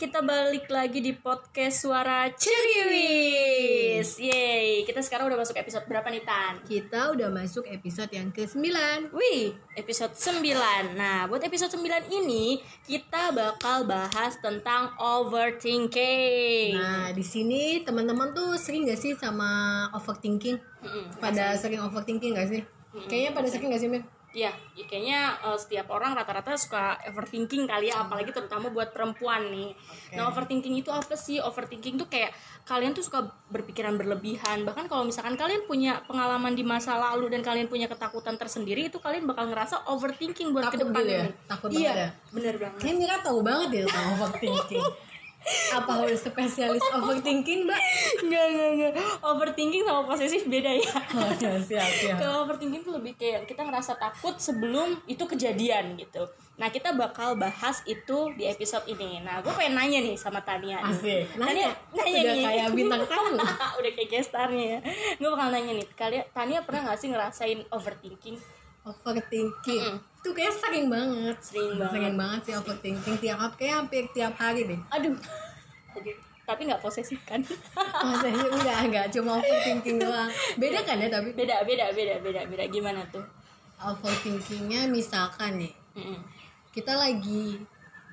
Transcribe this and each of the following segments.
kita balik lagi di podcast Suara Ceriwis. Yeay, kita sekarang udah masuk episode berapa nih, Tan? Kita udah masuk episode yang ke-9. Wih, episode 9. Nah, buat episode 9 ini kita bakal bahas tentang overthinking. Nah, di sini teman-teman tuh sering gak sih sama overthinking? Pada sering overthinking gak sih? Kayaknya pada sering gak sih, Mir? Iya, kayaknya setiap orang rata-rata suka overthinking kali ya, apalagi terutama buat perempuan nih. Okay. Nah, overthinking itu apa sih? Overthinking tuh kayak kalian tuh suka berpikiran berlebihan. Bahkan kalau misalkan kalian punya pengalaman di masa lalu dan kalian punya ketakutan tersendiri, itu kalian bakal ngerasa overthinking buat kedepannya. Gitu ya? Takut banget ya? Bener banget. Kayaknya Mira tahu banget ya tentang overthinking. Apa harus spesialis overthinking, Mbak? Enggak. Overthinking sama posesif beda ya. Oh, siap. Kalau overthinking tuh lebih kayak kita ngerasa takut sebelum itu kejadian gitu. Nah, kita bakal bahas itu di episode ini. Nah, gue pengen nanya nih sama Tania. Asik. Nanya udah nih. Kayak bintang tamu. Udah kayak gestarnya ya. Gue bakal nanya nih, Tania pernah gak sih ngerasain overthinking? Overthinking itu kayak sering banget sih overthinking. Hampir tiap hari deh. Aduh. Tapi nggak posesif kan? Posesif enggak cuma overthinking doang. Beda kan ya? Tapi beda gimana tuh overthinkingnya? Misalkan nih kita lagi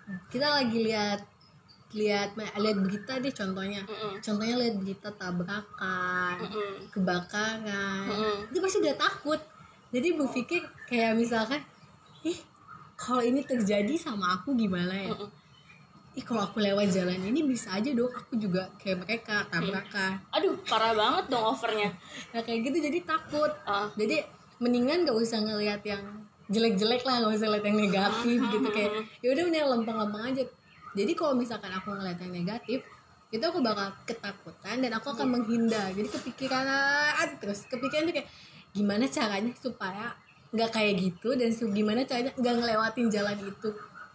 lihat berita deh, contohnya lihat berita tabrakan, kebakaran, itu pasti udah takut. Jadi berpikir kayak misalkan, kalau ini terjadi sama aku gimana ya? Kalau aku lewat jalan ini bisa aja dong aku juga kayak mereka tabrakan. Aduh, parah banget dong overnya. Nah kayak gitu jadi takut. Jadi mendingan gak usah ngelihat yang jelek-jelek lah, gak usah lihat yang negatif gitu. Kayak yaudah mending lempeng-lempeng aja. Jadi kalau misalkan aku ngelihat yang negatif, itu aku bakal ketakutan dan aku akan menghindar. Jadi kepikiran tuh kayak gimana caranya supaya nggak kayak gitu, dan gimana caranya nggak ngelewatin jalan itu.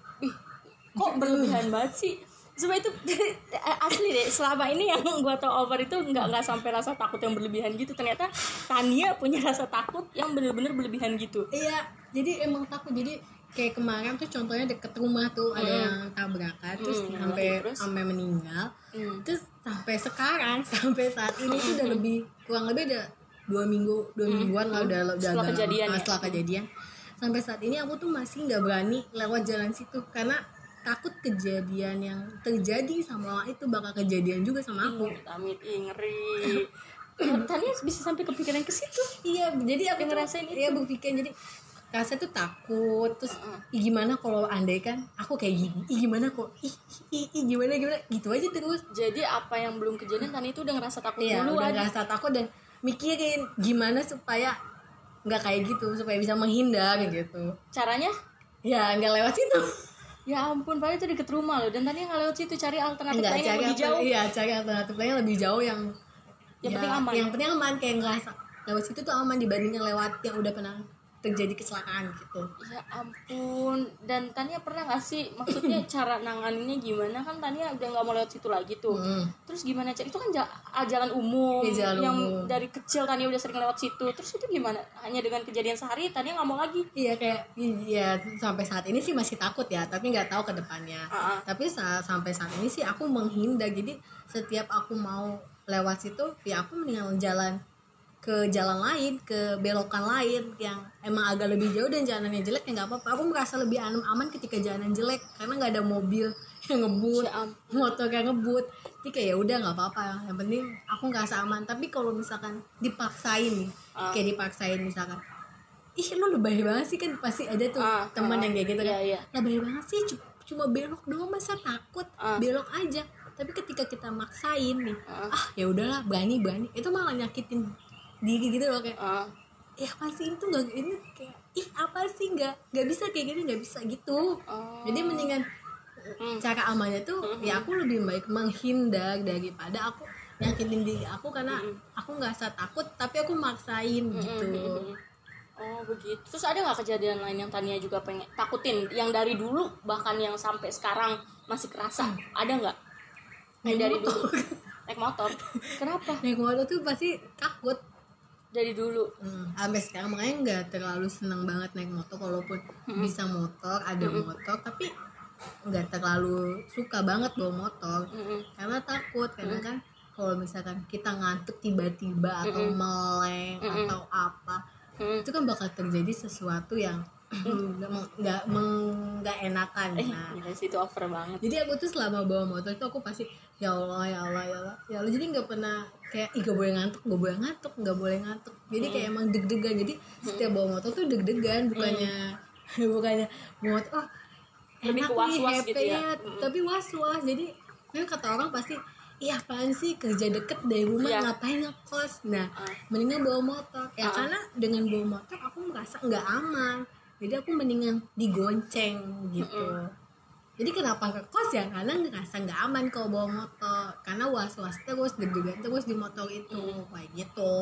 Kok berlebihan banget sih? Supaya itu asli deh, selama ini yang gue tau over itu nggak sampai rasa takut yang berlebihan gitu. Ternyata Tania punya rasa takut yang bener-bener berlebihan gitu. Iya, jadi emang takut. Jadi kayak kemarin tuh contohnya deket rumah tuh ada yang tabrakan, terus sampai meninggal. Terus sampai sekarang, sampai saat ini tuh udah kurang lebih ada 2 mingguan lah udah setelah kejadian. Sampai saat ini aku tuh masih nggak berani lewat jalan situ karena takut kejadian yang terjadi sama orang itu bakal kejadian juga sama aku. Amit, ngeri. Tania bisa sampai kepikiran ke situ. Iya, jadi aku ngerasain itu. Iya, berpikir jadi rasa tuh takut. Terus gimana kalau andai kan aku kayak gini? Gimana kok? Gimana gitu aja terus. Jadi apa yang belum kejadian Tania itu udah ngerasa takut duluan. Iya, udah ngerasa takut dan mikirin gimana supaya nggak kayak gitu, supaya bisa menghindar gitu. Caranya? Ya nggak lewat situ. Ya ampun, padahal itu deket rumah loh. Dan tadi nggak lewat situ, cari alternatif lain yang lebih jauh. Iya, cari alternatif lain yang lebih jauh yang penting aman. Yang penting aman, kayak ngerasa lewat situ tuh aman dibanding yang lewat yang udah pernah terjadi kecelakaan gitu. Ya ampun. Dan Tania pernah nggak sih, maksudnya cara nanganinnya gimana? Kan Tania udah nggak mau lewat situ lagi tuh. Terus gimana cara? Itu kan jalan umum yang dari kecil Tania udah sering lewat situ. Terus itu gimana? Hanya dengan kejadian sehari Tania nggak mau lagi? Iya, sampai saat ini sih masih takut ya, tapi nggak tahu ke depannya. Tapi sampai saat ini sih aku menghindar. Jadi setiap aku mau lewat situ, ya aku mendingan jalan ke jalan lain, ke belokan lain yang emang agak lebih jauh dan jalanannya jelek, ya nggak apa-apa. Aku merasa lebih aman ketika jalanan jelek karena nggak ada mobil yang ngebut, motor yang ngebut. Jadi kayak ya udah nggak apa-apa. Yang penting aku ngerasa aman. Tapi kalau misalkan dipaksain nih, kayak dipaksain misalkan, lu lebay banget sih, kan pasti ada tuh teman yang kayak gitu kan. Lebay banget sih, cuma belok doang masa takut, belok aja. Tapi ketika kita maksain nih, ya udahlah, berani, itu malah nyakitin diri gitu loh, kayak apa sih itu nggak, ini kayak apa sih nggak bisa kayak gini, nggak bisa gitu. Jadi mendingan cara amannya tuh ya aku lebih baik menghindar daripada aku nyakitin diri aku karena aku nggak usah takut tapi aku maksain gitu. Oh begitu. Terus ada nggak kejadian lain yang Tania juga pengen takutin, yang dari dulu bahkan yang sampai sekarang masih kerasa? Ada nggak? Dari dulu naik motor. Kenapa? Naik motor tuh pasti takut dari dulu. Sampai sekarang makanya nggak terlalu seneng banget naik motor, walaupun bisa motor, ada motor, tapi nggak terlalu suka banget bawa motor karena takut karena kan kalau misalkan kita ngantuk tiba-tiba atau meleng atau apa itu kan bakal terjadi sesuatu yang nggak enakan. Nah, itu over banget. Jadi aku tuh selama bawa motor itu aku pasti ya Allah ya Allah ya Allah ya Allah, jadi nggak pernah kayak nggak boleh ngantuk. Jadi kayak emang deg-degan. Jadi setiap bawa motor tuh deg-degan, bukannya motor enak nih happy gitu ya. Tapi was-was. Jadi kan kata orang pasti iya apaan sih kerja deket dari rumah ngapain ngekos. Nah mendingan bawa motor ya karena dengan bawa motor aku merasa nggak aman. Jadi aku mendingan digonceng gitu. Jadi kenapa ngekos ya karena ngerasa nggak aman kalau bawa motor karena was-was terus deg-degan terus di motor itu kayak gitu.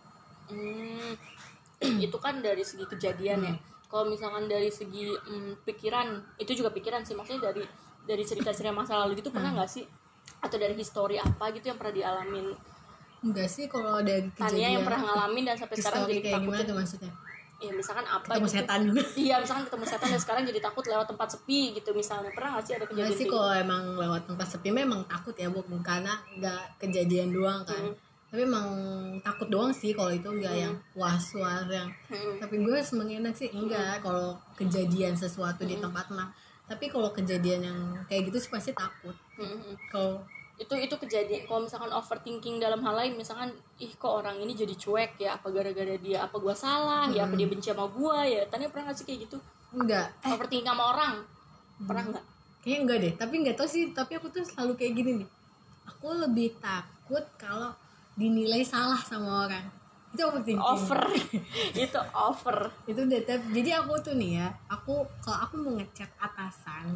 Itu kan dari segi kejadian ya. Kalau misalkan dari segi pikiran, itu juga pikiran sih, maksudnya dari cerita-cerita masa lalu gitu pernah nggak sih, atau dari histori apa gitu yang pernah dialamin? Enggak sih, kalau dari kejadian Tania yang pernah ngalamin dan sampai sekarang jadi kayak gimana tuh maksudnya? Ya misalkan apa ketemu gitu. setan. Iya, misalkan ketemu setan dan sekarang jadi takut lewat tempat sepi gitu misalnya. Pernah nggak sih ada kejadian sih kalau emang lewat tempat sepi memang takut ya, bukan karena nggak kejadian doang kan. Tapi emang takut doang sih kalau itu, nggak yang was-was yang tapi gue semengenak sih enggak kalau kejadian sesuatu di tempat mah. Tapi kalau kejadian yang kayak gitu sih pasti takut. Kalau itu kejadian, kalau misalkan overthinking dalam hal lain, misalkan kok orang ini jadi cuek ya, apa gara-gara dia, apa gua salah ya, apa dia benci sama gua ya. Tanya pernah nggak sih kayak gitu? Enggak. Overthinking sama orang pernah nggak? Kayaknya enggak deh, tapi nggak tahu sih. Tapi aku tuh selalu kayak gini nih, aku lebih takut kalau dinilai salah sama orang. Itu overthinking. Itu over. Itu udah. Jadi aku tuh nih ya, kalau aku mau ngechat atasan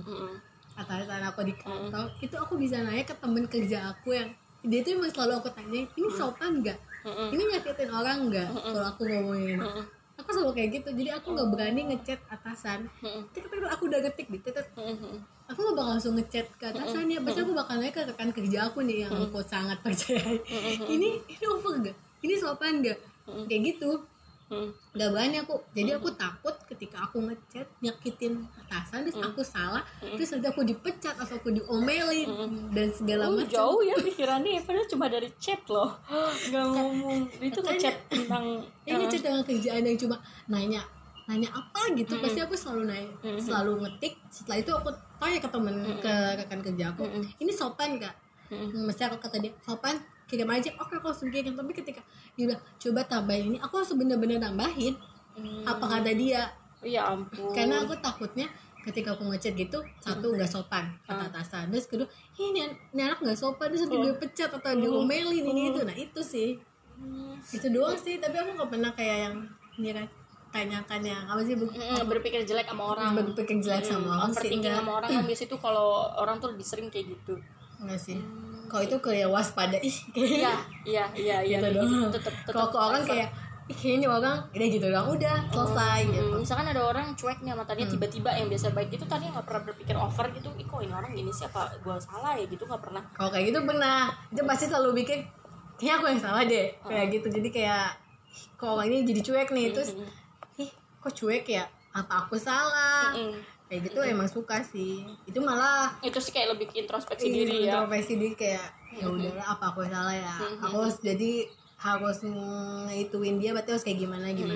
aku di kantor, itu aku bisa nanya ke temen kerja aku yang dia tuh emang selalu aku tanya, ini sopan nggak, ini nyakitin orang nggak, kalau aku ngomongin. Aku selalu kayak gitu. Jadi aku nggak berani ngechat atasan. Aku udah ngetik di titik. Aku nggak bakal langsung ngechat ke atasannya. Pasti aku bakal nanya ke rekan kerja aku nih yang aku sangat percaya. Ini over nggak? Ini sopan nggak? Kayak gitu. Nggak berani aku. Jadi aku takut ketika aku ngechat nyakitin atasan, terus aku salah, terus nanti aku dipecat atau aku diomelin dan segala macam. Jauh ya pikirannya, padahal cuma dari chat loh, nggak ngomong. Itu ngechat tentang ngechat tentang kerjaan yang cuma nanya apa gitu. Pasti aku selalu nanya, selalu ngetik. Setelah itu aku tanya ke temen, ke rekan kerja aku, ini sopan nggak? Mesti aku kata dia sopan, kirim aja. Oke, aku langsung kirim. Tapi ketika dia bilang coba tambahin ini, aku langsung bener-bener tambahin apa kata dia. Ya ampun. Karena aku takutnya ketika aku ngechat gitu, satu nggak sopan kata atasan, terus kedua ini anak nggak sopan, terus dia pecat atau diomelin ini itu. Nah itu sih, itu doang sih. Tapi aku nggak pernah kayak yang tanyakan yang apa sih, berpikir jelek sama orang. Berpikir jelek sama orang sih. Overthinking sama orang kan biasanya tuh kalau orang tuh lebih sering kayak gitu. Enggak sih. Kalau itu kayak waspada iya gitu doang. Kalau ke orang kayak kayaknya orang udah gitu doang, udah selesai gitu. Misalkan ada orang cuek nih sama tadinya, tiba-tiba yang biasa baik itu tadinya nggak pernah berpikir over gitu, kok ini orang gini sih, apa gue salah ya gitu, nggak pernah. Kalau kayak gitu pernah, itu pasti selalu bikin kayaknya aku yang salah deh, kayak gitu. Jadi kayak kok orang ini jadi cuek nih, terus kok cuek ya, apa aku salah, kayak gitu. Emang suka sih itu, malah itu sih kayak lebih introspeksi diri ya. Introspeksi diri kayak ya udahlah, apa aku yang salah ya, aku harus ngituin dia, berarti harus kayak gimana gitu.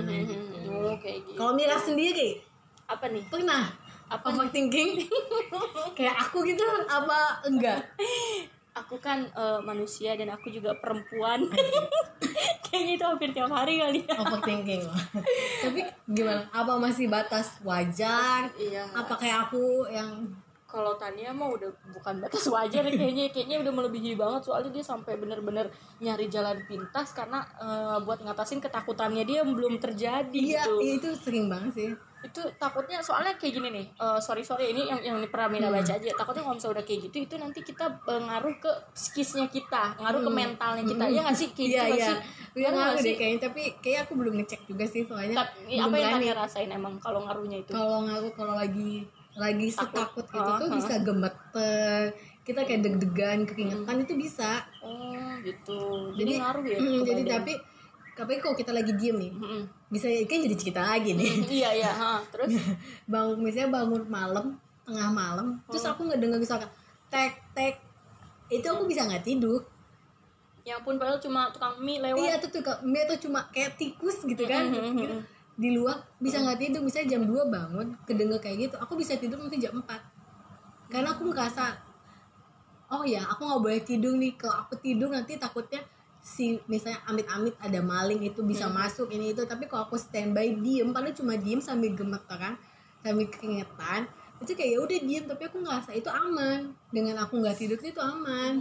Gitu. Kalau Mira sendiri apa nih, pernah overthinking kayak aku gitu apa enggak? Aku kan manusia dan aku juga perempuan. Kayaknya itu hampir tiap hari kali ya. Overthinking. Tapi gimana? Apa masih batas wajar? Iya. Apa kayak aku yang kalau Tania mah udah bukan batas wajar kayaknya udah melebihi banget, soalnya dia sampai bener-bener nyari jalan pintas karena buat ngatasin ketakutannya dia yang belum terjadi. Iya, gitu. Itu sering banget sih. Itu takutnya soalnya kayak gini nih, sorry ini yang pernah Mira baca aja. Takutnya kalau misalnya udah kayak gitu, itu nanti kita ngaruh ke psikisnya kita, ngaruh ke mentalnya kita. Ya nggak sih, kayak gitu sih. Iya ngaruh deh kayaknya, tapi kayak aku belum ngecek juga sih soalnya. Apa yang Tania rasain emang kalau ngaruhnya itu? Kalau ngaruh, kalau lagi setakut itu tuh bisa gemeter, kita kayak deg-degan, keringetan, itu bisa. Gitu. Jadi ngaruh ya. Jadi tapi kalau kita lagi diem nih, bisa kan jadi cerita lagi nih. Iya. Terus misalnya bangun malam tengah malam terus aku ngedenger misalkan tek tek, itu aku bisa nggak tidur. Ya ampun, padahal cuma tukang mie lewat. Iya tuh tukang mie tuh cuma kayak tikus gitu kan, gitu. Di luar bisa nggak tidur, misalnya jam 2 bangun kedenger kayak gitu, aku bisa tidur nanti jam 4 karena aku ngerasa oh ya aku nggak boleh tidur nih, kalau aku tidur nanti takutnya si misalnya amit-amit ada maling itu bisa masuk ini itu. Tapi kalau aku standby diem, padahal cuma diem sambil gemeteran sambil keringetan, itu kayak ya udah diem tapi aku ngerasa itu aman, dengan aku nggak tidur itu aman.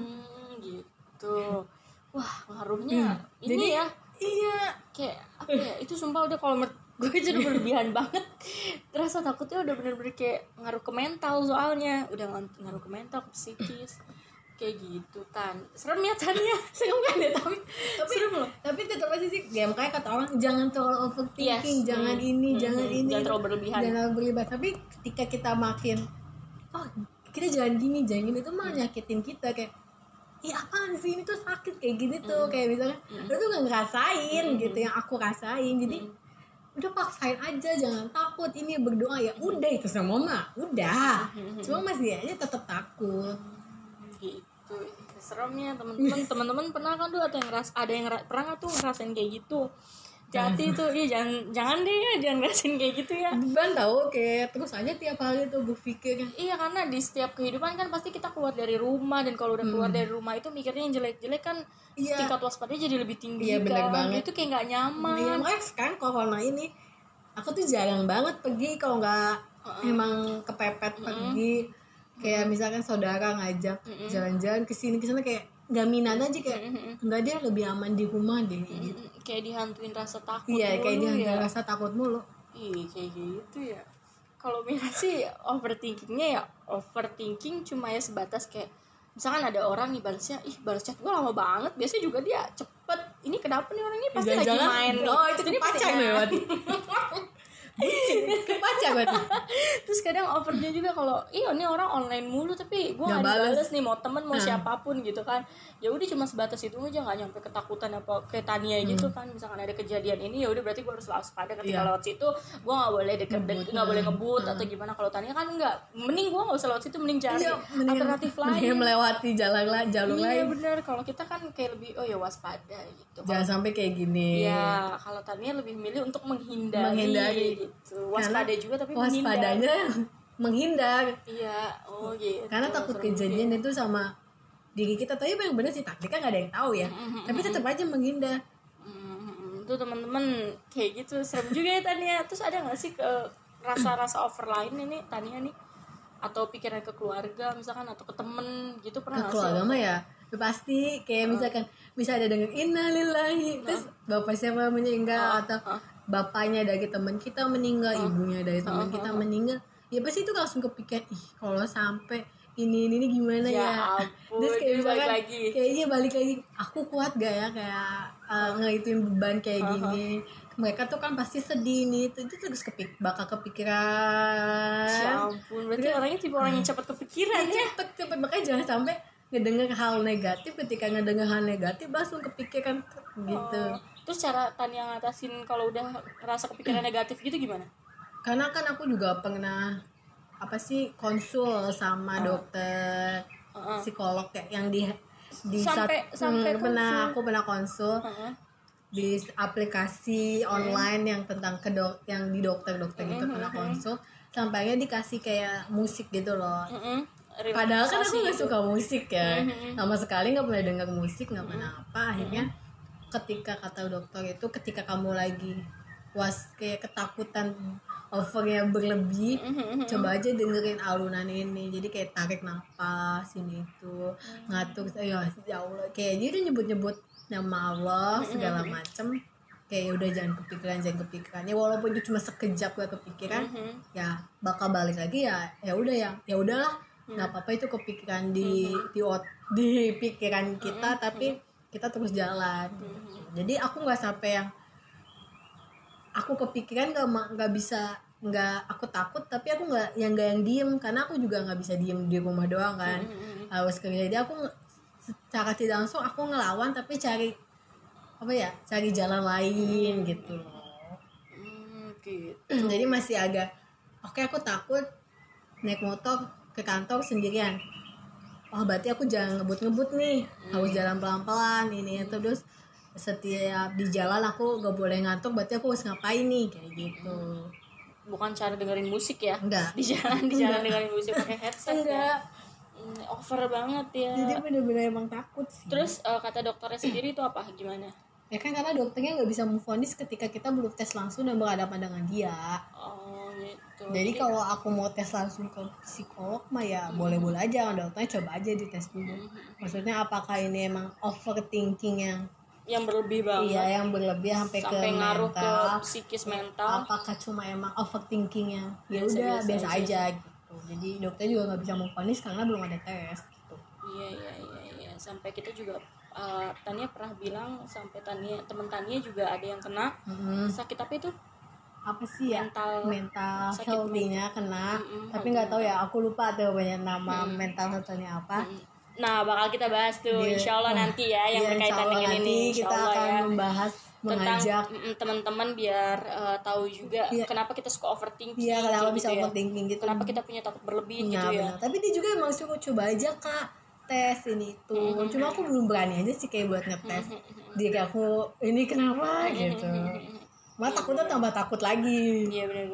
Gitu. Wah, ngaruhnya ini jadi, ya. Iya, Kayak apa ya? Itu sumpah udah kalau menurut gue itu udah berlebihan banget. Rasa takutnya udah bener-bener kayak ngaruh ke mental, soalnya udah ngaruh ke mental, ke psikis. Kayak gitu kan. Serem ya Tan ya. serem kan ya, tapi Serem loh. tapi tetap aja sih ya, makanya kata orang jangan terlalu overthinking, jangan ini jangan ini, jangan terlalu berlebihan. jangan berlebihan. Tapi ketika kita makin kita jangan gini itu malah nyakitin kita, kayak apaan sih ini tuh sakit kayak gini tuh, kayak misalnya lu tuh gak ngerasain gitu yang aku rasain, jadi udah paksain aja, jangan takut, ini berdoa ya udah, itu sama mama udah, cuma masih aja tetap takut gitu. Seremnya teman-teman pernah kan tuh ada yang pernah tuh ngerasain kayak gitu. Jadi tuh jangan deh ya, jangan ngerasain kayak gitu ya. beban tau, kayak terus aja tiap hari tuh berpikirnya. Iya, karena di setiap kehidupan kan pasti kita keluar dari rumah, dan kalau udah keluar dari rumah itu mikirnya yang jelek-jelek kan, tingkat waspadanya jadi lebih tinggi. Iya, bener banget. Itu kayak nggak nyaman. Iya, makanya sekarang corona ini aku tuh jarang banget pergi kalau nggak emang kepepet pergi. Kayak misalkan saudara ngajak jalan-jalan kesini kesana, kayak nggak minat aja, kayak nggak, dia lebih aman di rumah deh gitu. Kayak dihantuin rasa takut. Iya, kayak dihantuin rasa takut mulu. Iya, kayak gitu ya. Kalau Mira sih overthinking cuma ya sebatas kayak misalkan ada orang nih balasnya chat gue lama banget, biasanya juga dia cepet, ini kenapa nih orangnya pasti lagi main nih. Oh, itu jadi pacar lewat. Kebaca berarti. Terus kadang overnya juga kalau ini orang online mulu tapi gue nggak dibales nih, mau temen mau siapapun gitu kan, ya udah cuma sebatas itu aja, nggak nyampe ketakutan apa kayak Tania gitu kan. Misalkan ada kejadian ini ya udah berarti gue harus waspada ketika lewat situ, gue nggak boleh deket-deket, nggak boleh ngebut atau gimana. Kalau Tania kan nggak, mending gue nggak usah lewat situ, mending cari alternatif lain, mending melewati jalur lain. Iya benar, kalau kita kan kayak lebih waspada gitu. Jangan sampai kayak gini. Iya, kalau Tania lebih milih untuk menghindari. Gitu. Waspada juga tapi waspadanya menghindar. Iya, gitu. Karena takut kejadian itu sama diri kita. Tapi yang benar sih, takdir kan gak ada yang tahu ya. Tapi tetap aja menghindar. Tuh teman-teman kayak gitu, serem juga ya Tania. Terus ada nggak sih ke rasa-rasa over lain ini Tania nih? Atau pikiran ke keluarga misalkan, atau ke temen gitu, pernah nggak sih? Ke keluarga mah ya pasti kayak misalkan bisa ada denger innalillahi, terus bapak siapa meninggal, atau bapaknya dari teman kita meninggal, ibunya dari teman kita meninggal, ya pasti itu langsung kepikiran, kalau sampai ini gimana ya. Ampun, terus kayak misalkan kayaknya balik lagi, aku kuat gak ya kayak ngeliatin beban kayak gini. Mereka tuh kan pasti sedih nih, itu terus bakal kepikiran. Ya ampun, berarti orangnya tipe orang yang cepat kepikiran ya. Cepet, makanya jangan sampai ngedenger hal negatif, ketika ngedenger hal negatif langsung kepikiran gitu. Terus cara Tania ngatasin kalau udah ngerasa kepikiran negatif gitu gimana? Karena kan aku juga pernah konsul sama dokter psikolog kayak yang di sampai aku pernah konsul di aplikasi online yang tentang yang di dokter itu pernah konsul, sampainya dikasih kayak musik gitu loh. Padahal kan aku nggak suka musik ya, sama sekali nggak pernah dengar musik, nggak pernah apa. Akhirnya ketika kata dokter itu, ketika kamu lagi kayak ketakutan overnya berlebih, coba aja dengerin alunan ini. Jadi kayak tarik nafas ini itu, ngatur ya Allah, kayak dia udah nyebut nama Allah segala macem. Kayak udah jangan kepikiran ya, walaupun itu cuma sekejap gak kepikiran, ya bakal balik lagi ya udahlah. Nggak apa-apa itu kepikiran di pikiran kita, tapi kita terus jalan. Jadi aku nggak sampai yang aku kepikiran nggak aku takut, tapi aku nggak yang diem, karena aku juga nggak bisa diem di rumah doang kan, harus kerja. Jadi aku secara tidak langsung aku ngelawan, tapi cari jalan lain gitu loh. Jadi masih agak oke, aku takut, naik motor ke kantor sendirian. Oh berarti aku jangan ngebut-ngebut nih, harus jalan pelan-pelan ini. Terus setiap di jalan aku gak boleh ngantuk, berarti aku harus ngapain nih, kayak gitu. Bukan cara dengerin musik ya? Enggak. Di jalan dengerin musik pakai headset. Enggak. Ya? Over banget ya. Jadi bener-bener emang takut sih. Terus kata dokternya sendiri itu apa? Gimana? Ya kan karena dokternya nggak bisa memvonis ketika kita belum tes langsung dan berhadapan dengan dia. Oh gitu. Jadi kalau aku mau tes langsung ke psikolog mah ya boleh-boleh aja, dokternya coba aja dites dulu. Maksudnya apakah ini emang overthinking yang berlebih banget? Iya, yang berlebih sampai ke ngaruh mental, ke psikis mental. Apakah cuma emang overthinkingnya? Ya udah biasa aja gitu. Jadi dokter juga nggak bisa memvonis karena belum ada tes gitu. Iya. Sampai kita juga Tania pernah bilang sampai teman Tania juga ada yang kena sakit apa itu? Apa sih ya? Mental health-nya kena. Tapi nggak tahu ya, aku lupa tuh banyak nama mental health-nya apa. Nah, bakal kita bahas tuh insya Allah nanti ya yang berkaitan dengan ini. Kita akan membahas, mengajak teman-teman biar tahu juga kenapa kita suka overthinking. Iya, kenapa bisa ya. overthinking gitu. Kenapa kita punya takut berlebih gitu ya. Benar. Tapi dia juga emang suruh coba aja Kak tes ini tuh. Cuma aku belum berani aja sih kayak buat ngetes. Dia aku ini kenapa gitu. Malah takutnya tambah takut lagi. Iya benar.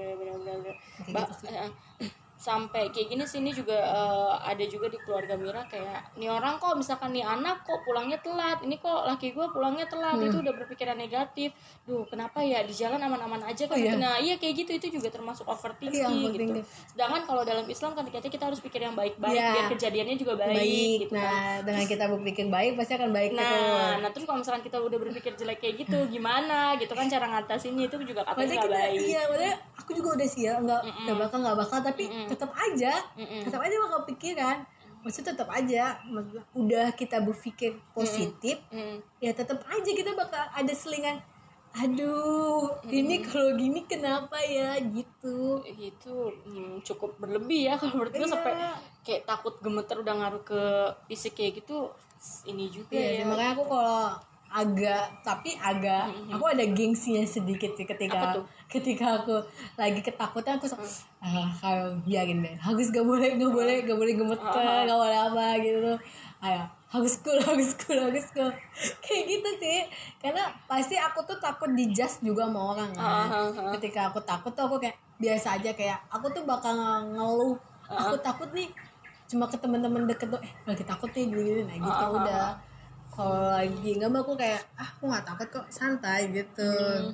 Sampai kayak gini sih, ini juga ada juga di keluarga Mira kayak nih orang kok misalkan nih anak kok pulangnya telat, ini kok laki gue pulangnya telat, itu udah berpikiran negatif. Duh kenapa ya di jalan aman-aman aja kan. Nah iya kayak gitu, itu juga termasuk overthinking gitu. Sedangkan kalau dalam Islam kan kita harus pikir yang baik-baik biar kejadiannya juga baik gitu. Nah dengan kita berpikir baik pasti akan baik. Nah terus kalau misalkan kita udah berpikir jelek kayak gitu gimana gitu kan cara ngatasinnya, itu juga katanya nggak baik. Iya maksudnya aku juga udah sih ya nggak bakal tapi tetap aja bakal pikiran. Maksudnya tetap aja udah kita berpikir positif ya tetap aja kita bakal ada selingan, aduh ini kalau gini kenapa ya gitu cukup berlebih ya kalau menurut gue. Sampai kayak takut gemeter udah ngaruh ke fisik kayak gitu ini juga ya. Makanya aku kalau agak aku ada gengsinya sedikit sih ketika aku lagi ketakutan aku kalau biarin deh, harus gak boleh gemeter, gak boleh apa gitu, harus cool kayak gitu sih. Karena pasti aku tuh takut dijudge juga sama orang kan. Ketika aku takut tuh aku kayak biasa aja, kayak aku tuh bakal ngeluh aku takut nih cuma ke teman-teman deket tuh lagi takut nih gini nah gitu udah. Kalau lagi nggak mau aku kayak aku nggak takut kok, santai gitu.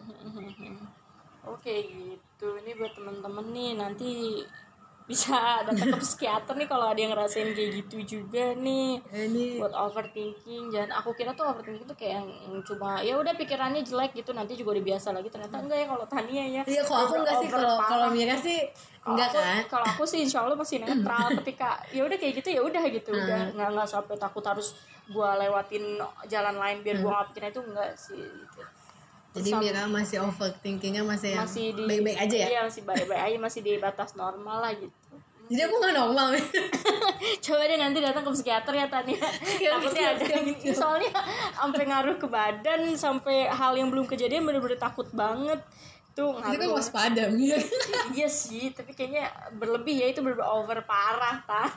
Oke gitu. Ini buat temen-temen nih nanti bisa datang ke psikiater nih kalau ada yang ngerasain kayak gitu juga nih. Buat overthinking, jangan aku kira tuh overthinking tuh kayak yang cuma ya udah pikirannya jelek gitu nanti juga udah biasa lagi, ternyata enggak ya kalau Tania ya. Iya kalau aku enggak sih, kalau Mira sih enggak kan. Kalau aku sih insya Allah masih netral ketika ya udah kayak gitu ya udah gitu, udah nggak sampai takut harus gua lewatin jalan lain biar gua nggak pikirin itu, enggak sih gitu. Jadi Mira masih overthinkingnya masih baik-baik aja ya? Iya masih baik-baik aja, masih di batas normal lah gitu. Jadi aku nggak normal. Coba deh nanti datang ke psikiater ya Tania. Takutnya ada gitu. Soalnya sampai ngaruh ke badan, sampai hal yang belum kejadian bener-bener takut banget. Itu kan waspada ya. Iya sih, tapi kayaknya berlebih ya, itu over parah Tan.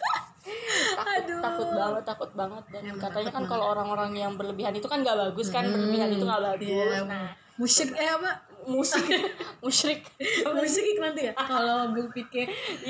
takut banget dan katanya kan kalau orang-orang yang berlebihan itu kan nggak bagus kan, berlebihan itu nggak bagus. Nah musyrik nanti ya kalau gue pikir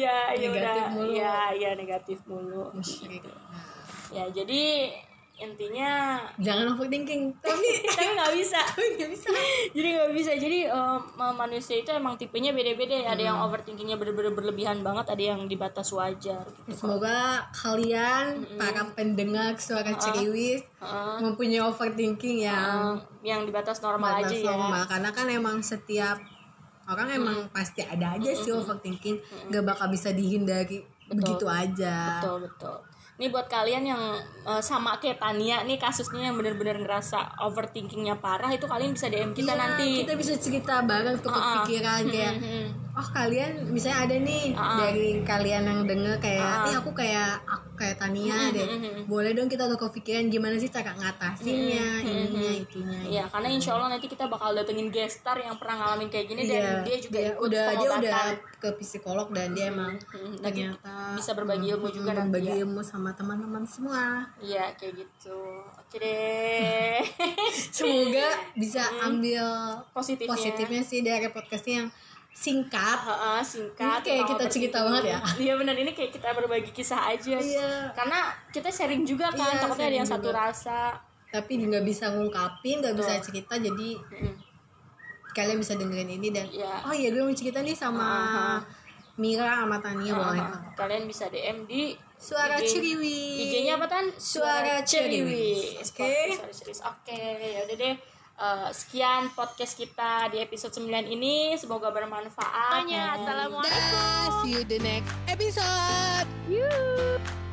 negatif mulu musyrik. Ya jadi intinya jangan overthinking, tapi nggak bisa. Jadi manusia itu emang tipenya beda-beda ya. Ada yang overthinkingnya bener-bener berlebihan banget, ada yang di batas wajar gitu. Semoga kalian para pendengar suara ceriwis mempunyai overthinking yang di batas normal aja normal. Ya karena kan emang setiap orang emang pasti ada aja sih overthinking, gak bakal bisa dihindari. Begitu aja. Betul. Ini buat kalian yang sama kayak Tania nih kasusnya yang benar-benar ngerasa overthinkingnya parah, itu kalian bisa DM kita nanti. Kita bisa cerita bareng tuh kepikiran kayak oh kalian misalnya ada nih dari kalian yang denger kayak aku kayak Tania deh, boleh dong kita udah kepikiran gimana sih cara ngatasinnya, ininya itunya. Iya, karena insya Allah nanti kita bakal datengin guest star yang pernah ngalamin kayak gini dan dia juga ikut dia pengobatan. udah ke psikolog dan dia emang ternyata bisa berbagi ilmu juga nanti berbagi ilmu sama teman-teman semua. Iya kayak gitu. Oke deh. Semoga bisa ambil positifnya sih dari podcastnya yang singkat. Singkat. Ini kayak kita cerita banget ya. Iya benar, ini kayak kita berbagi kisah aja. Iya. Karena kita sharing juga kan, takutnya ada yang satu rasa. Tapi nggak bisa ngungkapin, nggak bisa cerita, jadi kalian bisa dengerin ini dan oh iya gue mau cerita nih sama Mira sama Tania boleh. Kalian bisa DM di Suara Ceriwi. IG-nya apa Tan? Suara Ceriwi. Oke, ya udah deh. Sekian podcast kita di episode 9 ini, semoga bermanfaat. Assalamualaikum. See you the next episode.